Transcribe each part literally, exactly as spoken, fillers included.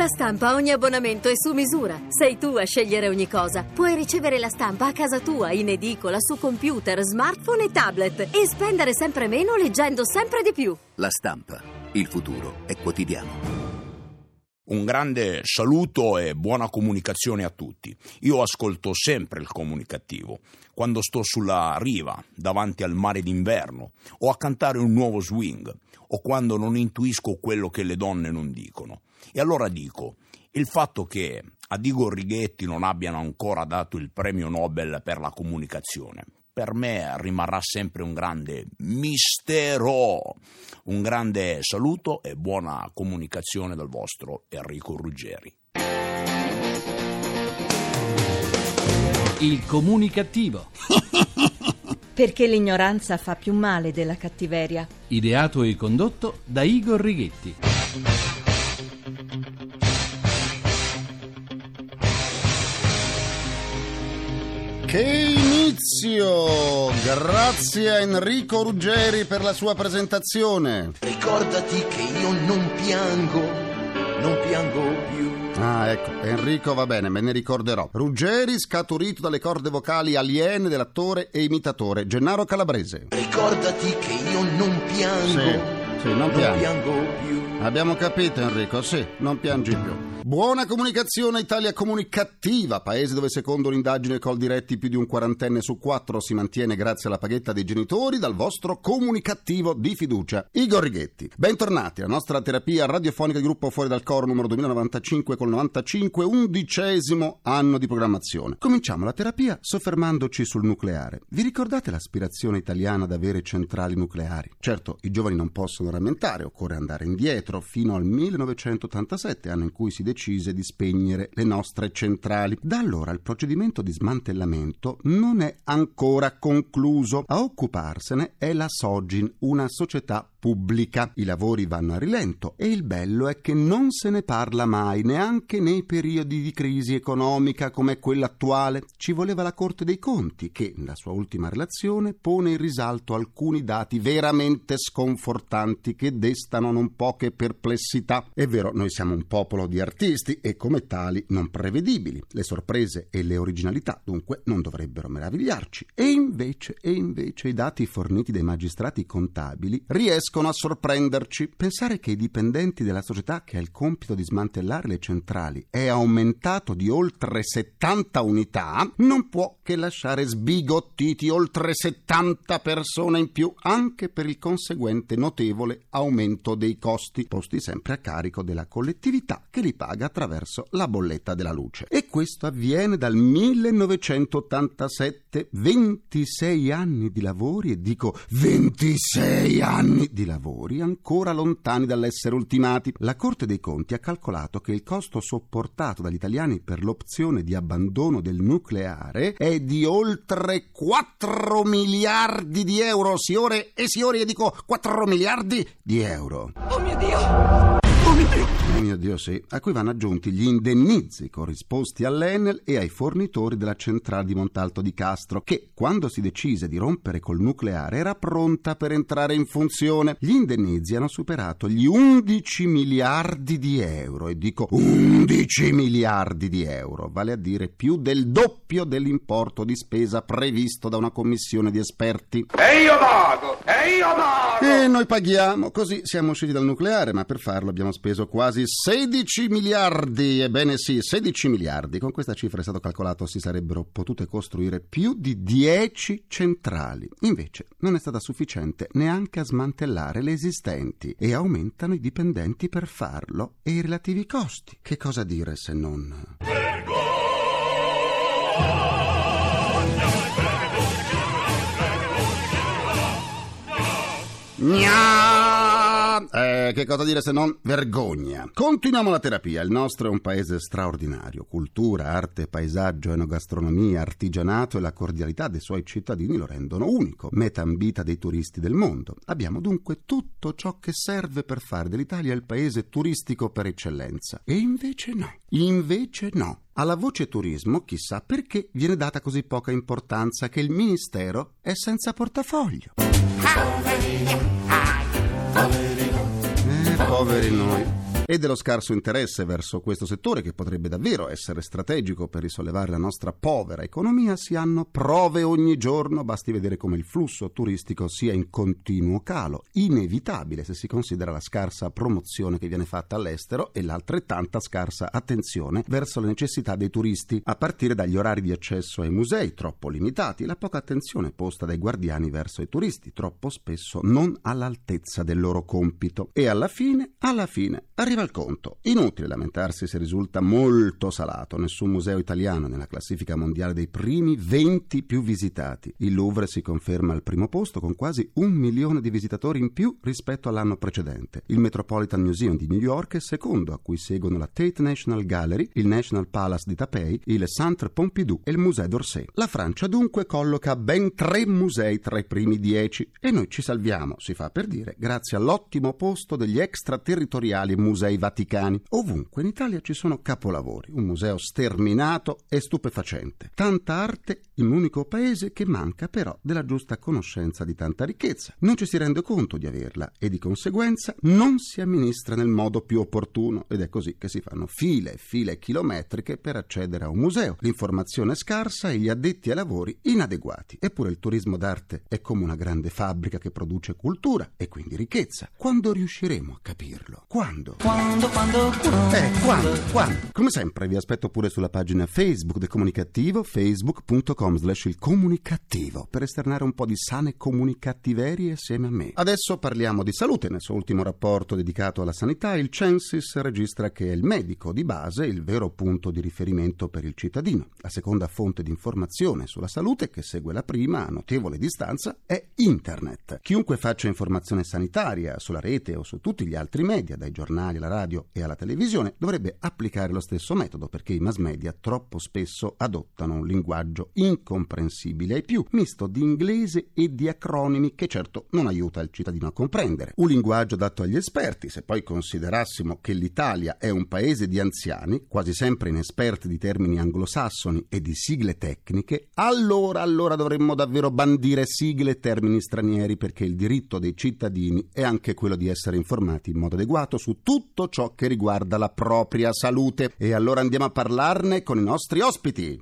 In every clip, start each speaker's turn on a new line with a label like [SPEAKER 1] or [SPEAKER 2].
[SPEAKER 1] Stampa ogni abbonamento è su misura. Sei tu a scegliere ogni cosa. Puoi ricevere la stampa a casa tua, in edicola, su computer, smartphone e tablet e spendere sempre meno leggendo sempre di più.
[SPEAKER 2] La Stampa. Il futuro è quotidiano.
[SPEAKER 3] Un grande saluto e buona comunicazione a tutti. Io ascolto sempre il comunicativo, quando sto sulla riva, davanti al mare d'inverno, o a cantare un nuovo swing, o quando non intuisco quello che le donne non dicono. E allora dico, il fatto che ad Igor Righetti non abbiano ancora dato il premio Nobel per la comunicazione, per me rimarrà sempre un grande mistero. Un grande saluto e buona comunicazione dal vostro Enrico Ruggeri.
[SPEAKER 4] Il comunicativo.
[SPEAKER 5] Perché l'ignoranza fa più male della cattiveria.
[SPEAKER 4] Ideato e condotto da Igor Righetti.
[SPEAKER 6] Che inizio! Grazie a Enrico Ruggeri per la sua presentazione.
[SPEAKER 7] Ricordati che io non piango, non piango più.
[SPEAKER 6] Ah, ecco, Enrico va bene, me ne ricorderò. Ruggeri scaturito dalle corde vocali aliene dell'attore e imitatore Gennaro Calabrese.
[SPEAKER 7] Ricordati che io non piango,
[SPEAKER 6] Sì, sì, non
[SPEAKER 7] non
[SPEAKER 6] piangi.
[SPEAKER 7] piango più.
[SPEAKER 6] Abbiamo capito, Enrico, sì, non piangi più. Buona comunicazione, Italia comunicativa, paese dove secondo un'indagine Coldiretti più di un quarantenne su quattro si mantiene grazie alla paghetta dei genitori dal vostro comunicativo di fiducia. Igor Righetti, bentornati alla nostra terapia radiofonica di gruppo Fuori dal Coro numero duemilanovantacinque col novantacinque, undicesimo anno di programmazione. Cominciamo la terapia soffermandoci sul nucleare. Vi ricordate l'aspirazione italiana ad avere centrali nucleari? Certo, i giovani non possono rammentare, occorre andare indietro fino al millenovecentottantasette, anno in cui si decise di spegnere le nostre centrali. Da allora il procedimento di smantellamento non è ancora concluso. A occuparsene è la Sogin, una società pubblica. I lavori vanno a rilento e il bello è che non se ne parla mai, neanche nei periodi di crisi economica come quella attuale. Ci voleva la Corte dei Conti che, nella sua ultima relazione, pone in risalto alcuni dati veramente sconfortanti che destano non poche perplessità. È vero, noi siamo un popolo di artisti e come tali non prevedibili. Le sorprese e le originalità dunque non dovrebbero meravigliarci. E invece, e invece i dati forniti dai magistrati contabili riescono a sorprenderci. Pensare che i dipendenti della società che ha il compito di smantellare le centrali è aumentato di oltre settanta unità non può che lasciare sbigottiti oltre settanta persone in più, anche per il conseguente notevole aumento dei costi, posti sempre a carico della collettività che li paga attraverso la bolletta della luce. E questo avviene dal millenovecentottantasette, ventisei anni di lavori, e dico ventisei anni di lavori ancora lontani dall'essere ultimati. La Corte dei Conti ha calcolato che il costo sopportato dagli italiani per l'opzione di abbandono del nucleare è di oltre quattro miliardi di euro, signore e signori, e dico quattro miliardi di euro.
[SPEAKER 1] Oh mio Dio!
[SPEAKER 6] Oh mio Dio, sì, a cui vanno aggiunti gli indennizi corrisposti all'Enel e ai fornitori della centrale di Montalto di Castro, che quando si decise di rompere col nucleare era pronta per entrare in funzione. Gli indennizi hanno superato gli undici miliardi di euro, e dico undici miliardi di euro, vale a dire più del doppio dell'importo di spesa previsto da una commissione di esperti.
[SPEAKER 8] E io pago! E io pago!
[SPEAKER 6] E noi paghiamo, così siamo usciti dal nucleare, ma per farlo abbiamo speso quasi sedici miliardi, ebbene sì, sedici miliardi. Con questa cifra è stato calcolato si sarebbero potute costruire più di dieci centrali. Invece non è stata sufficiente neanche a smantellare le esistenti e aumentano i dipendenti per farlo e i relativi costi. Che cosa dire se non... Gna! Eh, che cosa dire se non vergogna. Continuiamo la terapia. Il nostro è un paese straordinario. Cultura, arte, paesaggio, enogastronomia, artigianato e la cordialità dei suoi cittadini lo rendono unico, meta ambita dei turisti del mondo. Abbiamo dunque tutto ciò che serve per fare dell'Italia il paese turistico per eccellenza. E invece no. Invece no. Alla voce turismo, chissà perché, viene data così poca importanza che il ministero è senza portafoglio. Eh, poveri noi. e dello scarso interesse verso questo settore, che potrebbe davvero essere strategico per risollevare la nostra povera economia, si hanno prove ogni giorno. Basti vedere come il flusso turistico sia in continuo calo, inevitabile se si considera la scarsa promozione che viene fatta all'estero e l'altrettanta scarsa attenzione verso le necessità dei turisti, a partire dagli orari di accesso ai musei troppo limitati, la poca attenzione posta dai guardiani verso i turisti, troppo spesso non all'altezza del loro compito. E alla fine, alla fine, arriva il conto. Inutile lamentarsi se risulta molto salato. Nessun museo italiano nella classifica mondiale dei primi venti più visitati. Il Louvre si conferma al primo posto con quasi un milione di visitatori in più rispetto all'anno precedente. Il Metropolitan Museum di New York è secondo, a cui seguono la Tate National Gallery, il National Palace di Taipei, il Centre Pompidou e il Musée d'Orsay. La Francia dunque colloca ben tre musei tra i primi dieci e noi ci salviamo, si fa per dire, grazie all'ottimo posto degli extraterritoriali musei vaticani. Ovunque in Italia ci sono capolavori, un museo sterminato e stupefacente. Tanta arte in un unico paese che manca però della giusta conoscenza di tanta ricchezza. Non ci si rende conto di averla e di conseguenza non si amministra nel modo più opportuno, ed è così che si fanno file e file chilometriche per accedere a un museo. L'informazione è scarsa e gli addetti ai lavori inadeguati. Eppure il turismo d'arte è come una grande fabbrica che produce cultura e quindi ricchezza. Quando riusciremo a capirlo? Quando?
[SPEAKER 9] Quando, quando, quando?
[SPEAKER 6] Eh, quando? Quando? Come sempre vi aspetto pure sulla pagina Facebook del Comunicativo, facebook punto com slash il Comunicativo, per esternare un po' di sane comunicattiverie assieme a me. Adesso parliamo di salute. Nel suo ultimo rapporto dedicato alla sanità, il Censis registra che è il medico di base il vero punto di riferimento per il cittadino. La seconda fonte di informazione sulla salute, che segue la prima a notevole distanza, è Internet. Chiunque faccia informazione sanitaria sulla rete o su tutti gli altri media, dai giornali alla radio e alla televisione, dovrebbe applicare lo stesso metodo, perché i mass media troppo spesso adottano un linguaggio incomprensibile ai più, misto di inglese e di acronimi che certo non aiuta il cittadino a comprendere. Un linguaggio adatto agli esperti. Se poi considerassimo che l'Italia è un paese di anziani, quasi sempre inesperti di termini anglosassoni e di sigle tecniche, allora, allora dovremmo davvero bandire sigle e termini stranieri, perché il diritto dei cittadini è anche quello di essere informati in modo adeguato su tutto ciò che riguarda la propria salute. E allora andiamo a parlarne con i nostri ospiti.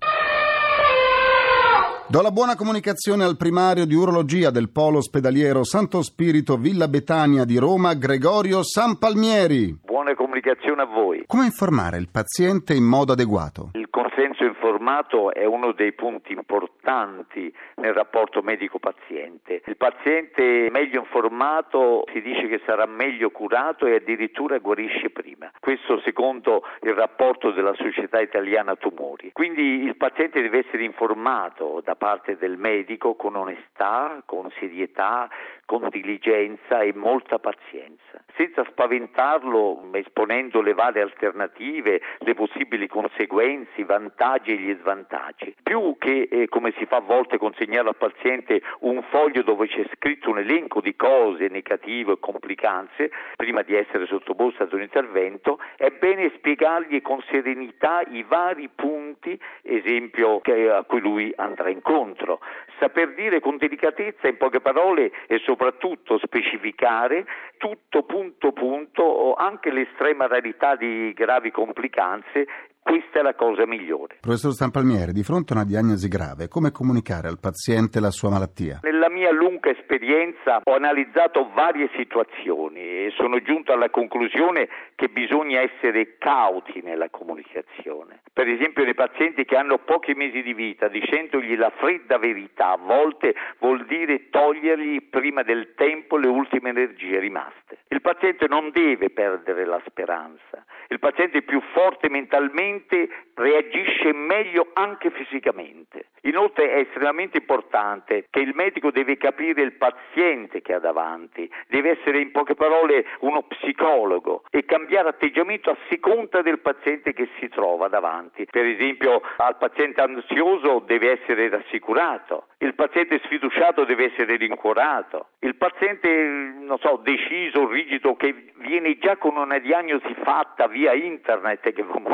[SPEAKER 6] Do la buona comunicazione al primario di urologia del Polo Ospedaliero Santo Spirito Villa Betania di Roma, Gregorio Sampalmieri.
[SPEAKER 10] Buona comunicazione a voi.
[SPEAKER 6] Come informare il paziente in modo adeguato?
[SPEAKER 10] Il consenso informato è uno dei punti importanti nel rapporto medico-paziente. Il paziente meglio informato si dice che sarà meglio curato e addirittura guarisce prima. Questo secondo il rapporto della Società Italiana Tumori. Quindi il paziente deve essere informato da parte del medico con onestà, con serietà, con diligenza e molta pazienza, senza spaventarlo, esponendo le varie alternative, le possibili conseguenze, i vantaggi e gli svantaggi. Più che, eh, come si fa a volte, consegnare al paziente un foglio dove c'è scritto un elenco di cose negative e complicanze, prima di essere sottoposto ad un intervento, è bene spiegargli con serenità i vari punti, esempio, che, a cui lui andrà incontro. Saper dire con delicatezza, in poche parole, e soprattutto specificare tutto punto punto, anche l'estrema rarità di gravi complicanze. Questa è la cosa migliore.
[SPEAKER 6] Professor Sampalmieri, di fronte a una diagnosi grave, come comunicare al paziente la sua malattia?
[SPEAKER 10] Nella mia lunga esperienza ho analizzato varie situazioni e sono giunto alla conclusione che bisogna essere cauti nella comunicazione. Per esempio, nei pazienti che hanno pochi mesi di vita, dicendogli la fredda verità a volte vuol dire togliergli prima del tempo le ultime energie rimaste. Il paziente non deve perdere la speranza. Il paziente più forte mentalmente reagisce meglio anche fisicamente. Inoltre è estremamente importante che il medico deve capire il paziente che ha davanti, deve essere in poche parole uno psicologo e cambiare atteggiamento a seconda del paziente che si trova davanti. Per esempio, al paziente ansioso deve essere rassicurato, il paziente sfiduciato deve essere rincuorato, il paziente, non so, deciso, rigido, che viene già con una diagnosi fatta via internet, che va molto di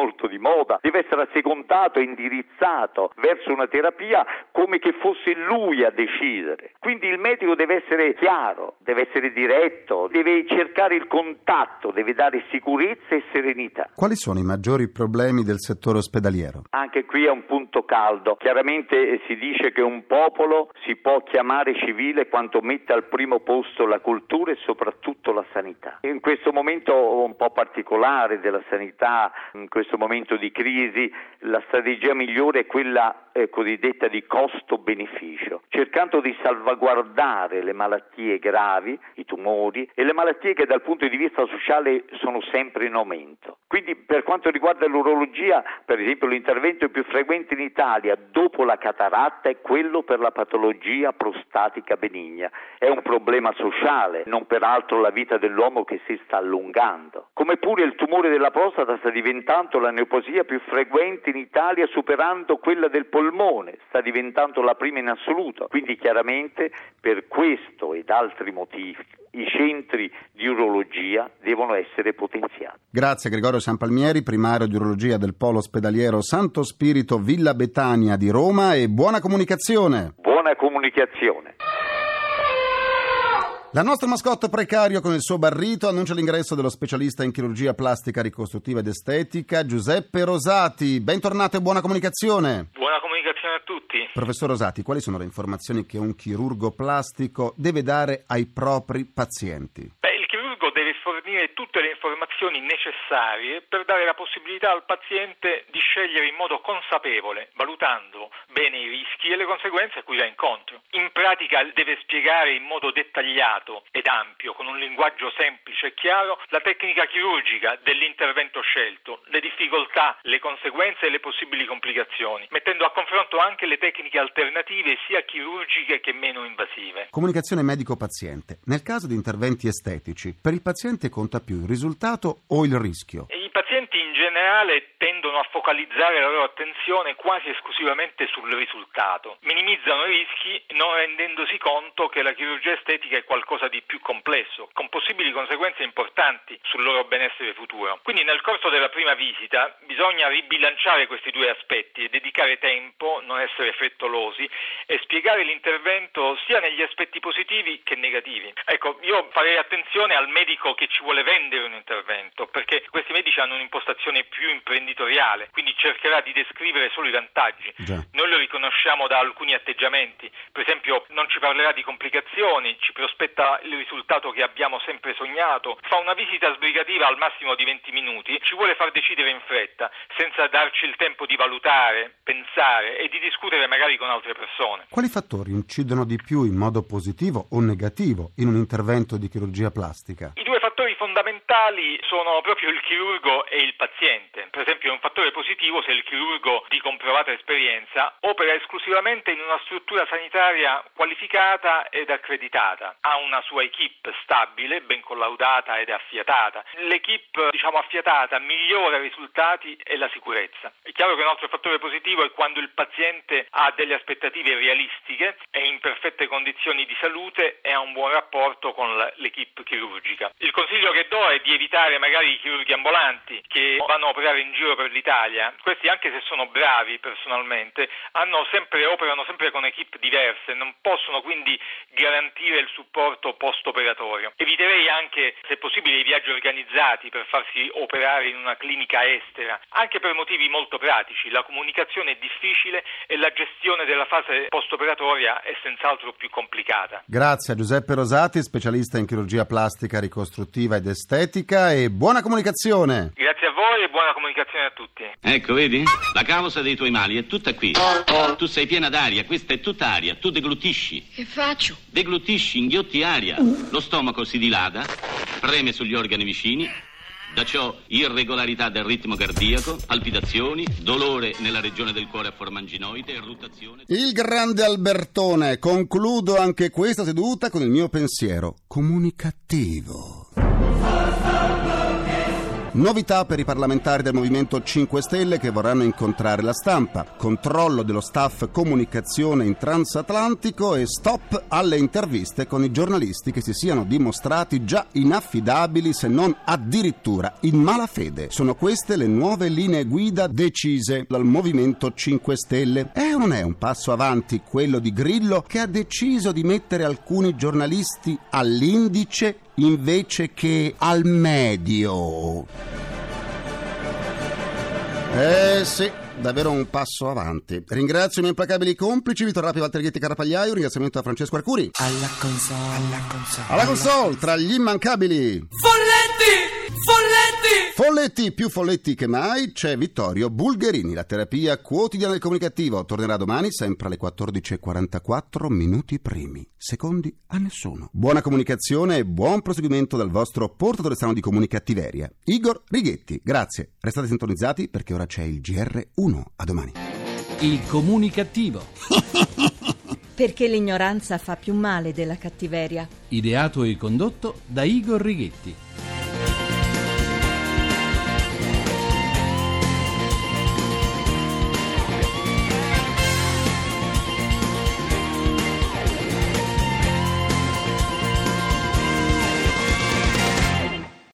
[SPEAKER 10] moda, deve essere assecondato e indirizzato verso una terapia come che fosse lui a decidere. Quindi il medico deve essere chiaro, deve essere diretto, deve cercare il contatto, deve dare sicurezza e serenità.
[SPEAKER 6] Quali sono i maggiori problemi del settore ospedaliero?
[SPEAKER 10] Anche qui è un punto caldo. Chiaramente si dice che un popolo si può chiamare civile quando mette al primo posto la cultura e soprattutto la sanità. In questo momento un po' particolare della sanità, in questo momento di crisi, la strategia migliore è quella eh, cosiddetta di costo-beneficio, cercando di salvaguardare le malattie gravi, i tumori e le malattie che dal punto di vista sociale sono sempre in aumento. Quindi per quanto riguarda l'urologia, per esempio l'intervento più frequente in Italia dopo la cataratta è quello per la patologia prostatica benigna. È un problema sociale, non peraltro la vita dell'uomo che si sta allungando. Come pure il tumore della prostata sta diventando la neoplasia più frequente in Italia, superando quella del polmone, sta diventando la prima in assoluto. Quindi chiaramente per questo ed altri motivi i centri di urologia devono essere potenziati.
[SPEAKER 6] Grazie Gregorio Sampalmieri, primario di urologia del Polo Ospedaliero Santo Spirito Villa Betania di Roma, e buona comunicazione.
[SPEAKER 10] Buona comunicazione.
[SPEAKER 6] La nostra mascotte precario con il suo barrito annuncia l'ingresso dello specialista in chirurgia plastica ricostruttiva ed estetica Giuseppe Rosati. Bentornato e buona comunicazione.
[SPEAKER 9] Buona comunicazione a tutti.
[SPEAKER 6] Professor Rosati, quali sono le informazioni che un chirurgo plastico deve dare ai propri pazienti?
[SPEAKER 9] Beh, il chirurgo deve fornire tutte le informazioni necessarie per dare la possibilità al paziente di scegliere in modo consapevole, valutando bene i rischi e le conseguenze a cui va incontro. In pratica deve spiegare in modo dettagliato ed ampio, con un linguaggio semplice e chiaro, la tecnica chirurgica dell'intervento scelto, le difficoltà, le conseguenze e le possibili complicazioni, mettendo a confronto anche le tecniche alternative sia chirurgiche che meno invasive.
[SPEAKER 6] Comunicazione medico-paziente. Nel caso di interventi estetici, per il paziente conta più il risultato o il rischio?
[SPEAKER 9] I pazienti in generale tendono a focalizzare la loro attenzione quasi esclusivamente sul risultato. Minimizzano i rischi non rendendosi conto che la chirurgia estetica è qualcosa di più complesso, con possibili conseguenze importanti sul loro benessere futuro. Quindi nel corso della prima visita bisogna ribilanciare questi due aspetti e dedicare tempo, non essere frettolosi e spiegare l'intervento sia negli aspetti positivi che negativi. Ecco, io farei attenzione al medico che ci vuole vendere un intervento, perché questi medici hanno un'impostazione più imprenditoriale, quindi cercherà di descrivere solo i vantaggi.
[SPEAKER 6] Già.
[SPEAKER 9] Noi lo riconosciamo da alcuni atteggiamenti, per esempio non ci parlerà di complicazioni, ci prospetta il risultato che abbiamo sempre sognato, fa una visita sbrigativa al massimo di venti minuti, ci vuole far decidere in fretta, senza darci il tempo di valutare, pensare e di discutere magari con altre persone.
[SPEAKER 6] Quali fattori incidono di più in modo positivo o negativo in un intervento di chirurgia plastica?
[SPEAKER 9] I due fattori fondamentali sono proprio il chirurgo e il paziente. Per esempio è un fattore positivo se il chirurgo di comprovata esperienza opera esclusivamente in una struttura sanitaria qualificata ed accreditata, ha una sua equipe stabile, ben collaudata ed affiatata. L'equipe, diciamo, affiatata migliora i risultati e la sicurezza. È chiaro che un altro fattore positivo è quando il paziente ha delle aspettative realistiche, è in perfette condizioni di salute e ha un buon rapporto con l'equipe chirurgica. Il consiglio che do è di evitare magari i chirurghi ambulanti che vanno a operare in giro per l'Italia. Questi, anche se sono bravi personalmente, hanno sempre, operano sempre con equipe diverse, non possono quindi garantire il supporto post-operatorio. Eviterei anche, se possibile, i viaggi organizzati per farsi operare in una clinica estera, anche per motivi molto pratici. La comunicazione è difficile e la gestione della fase post-operatoria è senz'altro più complicata.
[SPEAKER 6] Grazie a Giuseppe Rosati, specialista in chirurgia plastica ricostruttiva ed estetica, e buona comunicazione.
[SPEAKER 9] Grazie a voi e buona comunicazione a tutti.
[SPEAKER 11] Ecco, vedi? La causa dei tuoi mali è tutta qui. Tu sei piena d'aria, questa è tutta aria. Tu deglutisci.
[SPEAKER 12] Che faccio?
[SPEAKER 11] Deglutisci, inghiotti aria. Lo stomaco si dilata, preme sugli organi vicini. Da ciò irregolarità del ritmo cardiaco, palpitazioni, dolore nella regione del cuore a forma anginoide e rotazione.
[SPEAKER 6] Il grande Albertone. Concludo anche questa seduta con il mio pensiero comunicativo. Novità per i parlamentari del Movimento cinque Stelle che vorranno incontrare la stampa, controllo dello staff comunicazione in transatlantico e stop alle interviste con i giornalisti che si siano dimostrati già inaffidabili, se non addirittura in malafede. Sono queste le nuove linee guida decise dal Movimento cinque Stelle. È o non è un passo avanti quello di Grillo, che ha deciso di mettere alcuni giornalisti all'indice invece che al medio? Eh sì, davvero un passo avanti. Ringrazio i miei implacabili complici Vittor Rapi, Walter Ghetti, Carapagliaio. Un ringraziamento a Francesco Arcuri
[SPEAKER 12] alla console, alla console,
[SPEAKER 6] alla console, tra gli immancabili
[SPEAKER 12] Folletti! Folletti!
[SPEAKER 6] Folletti, più folletti che mai, c'è Vittorio Bulgherini. La terapia quotidiana del comunicativo tornerà domani sempre alle quattordici e quarantaquattro, minuti primi, secondi a nessuno. Buona comunicazione e buon proseguimento dal vostro portatore strano di comunicattiveria, Igor Righetti. Grazie, restate sintonizzati perché ora c'è il G R uno. A domani.
[SPEAKER 4] Il comunicativo.
[SPEAKER 5] Perché l'ignoranza fa più male della cattiveria.
[SPEAKER 4] Ideato e condotto da Igor Righetti.